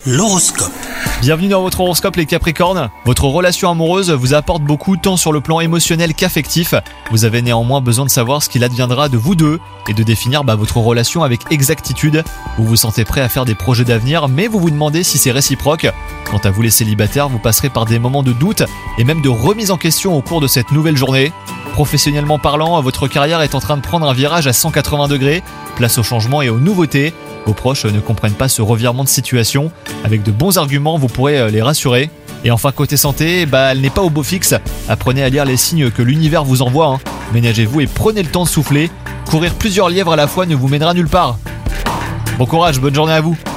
L'horoscope. Bienvenue dans votre horoscope les Capricornes. Votre relation amoureuse vous apporte beaucoup tant sur le plan émotionnel qu'affectif. Vous avez néanmoins besoin de savoir ce qu'il adviendra de vous deux et de définir votre relation avec exactitude. Vous vous sentez prêt à faire des projets d'avenir, mais vous vous demandez si c'est réciproque. Quant à vous les célibataires, vous passerez par des moments de doute et même de remise en question au cours de cette nouvelle journée. Professionnellement parlant, votre carrière est en train de prendre un virage à 180 degrés. Place au changement et aux nouveautés. Vos proches ne comprennent pas ce revirement de situation. Avec de bons arguments, vous pourrez les rassurer. Et enfin, côté santé, elle n'est pas au beau fixe. Apprenez à lire les signes que l'univers vous envoie. Ménagez-vous et prenez le temps de souffler. Courir plusieurs lièvres à la fois ne vous mènera nulle part. Bon courage, bonne journée à vous.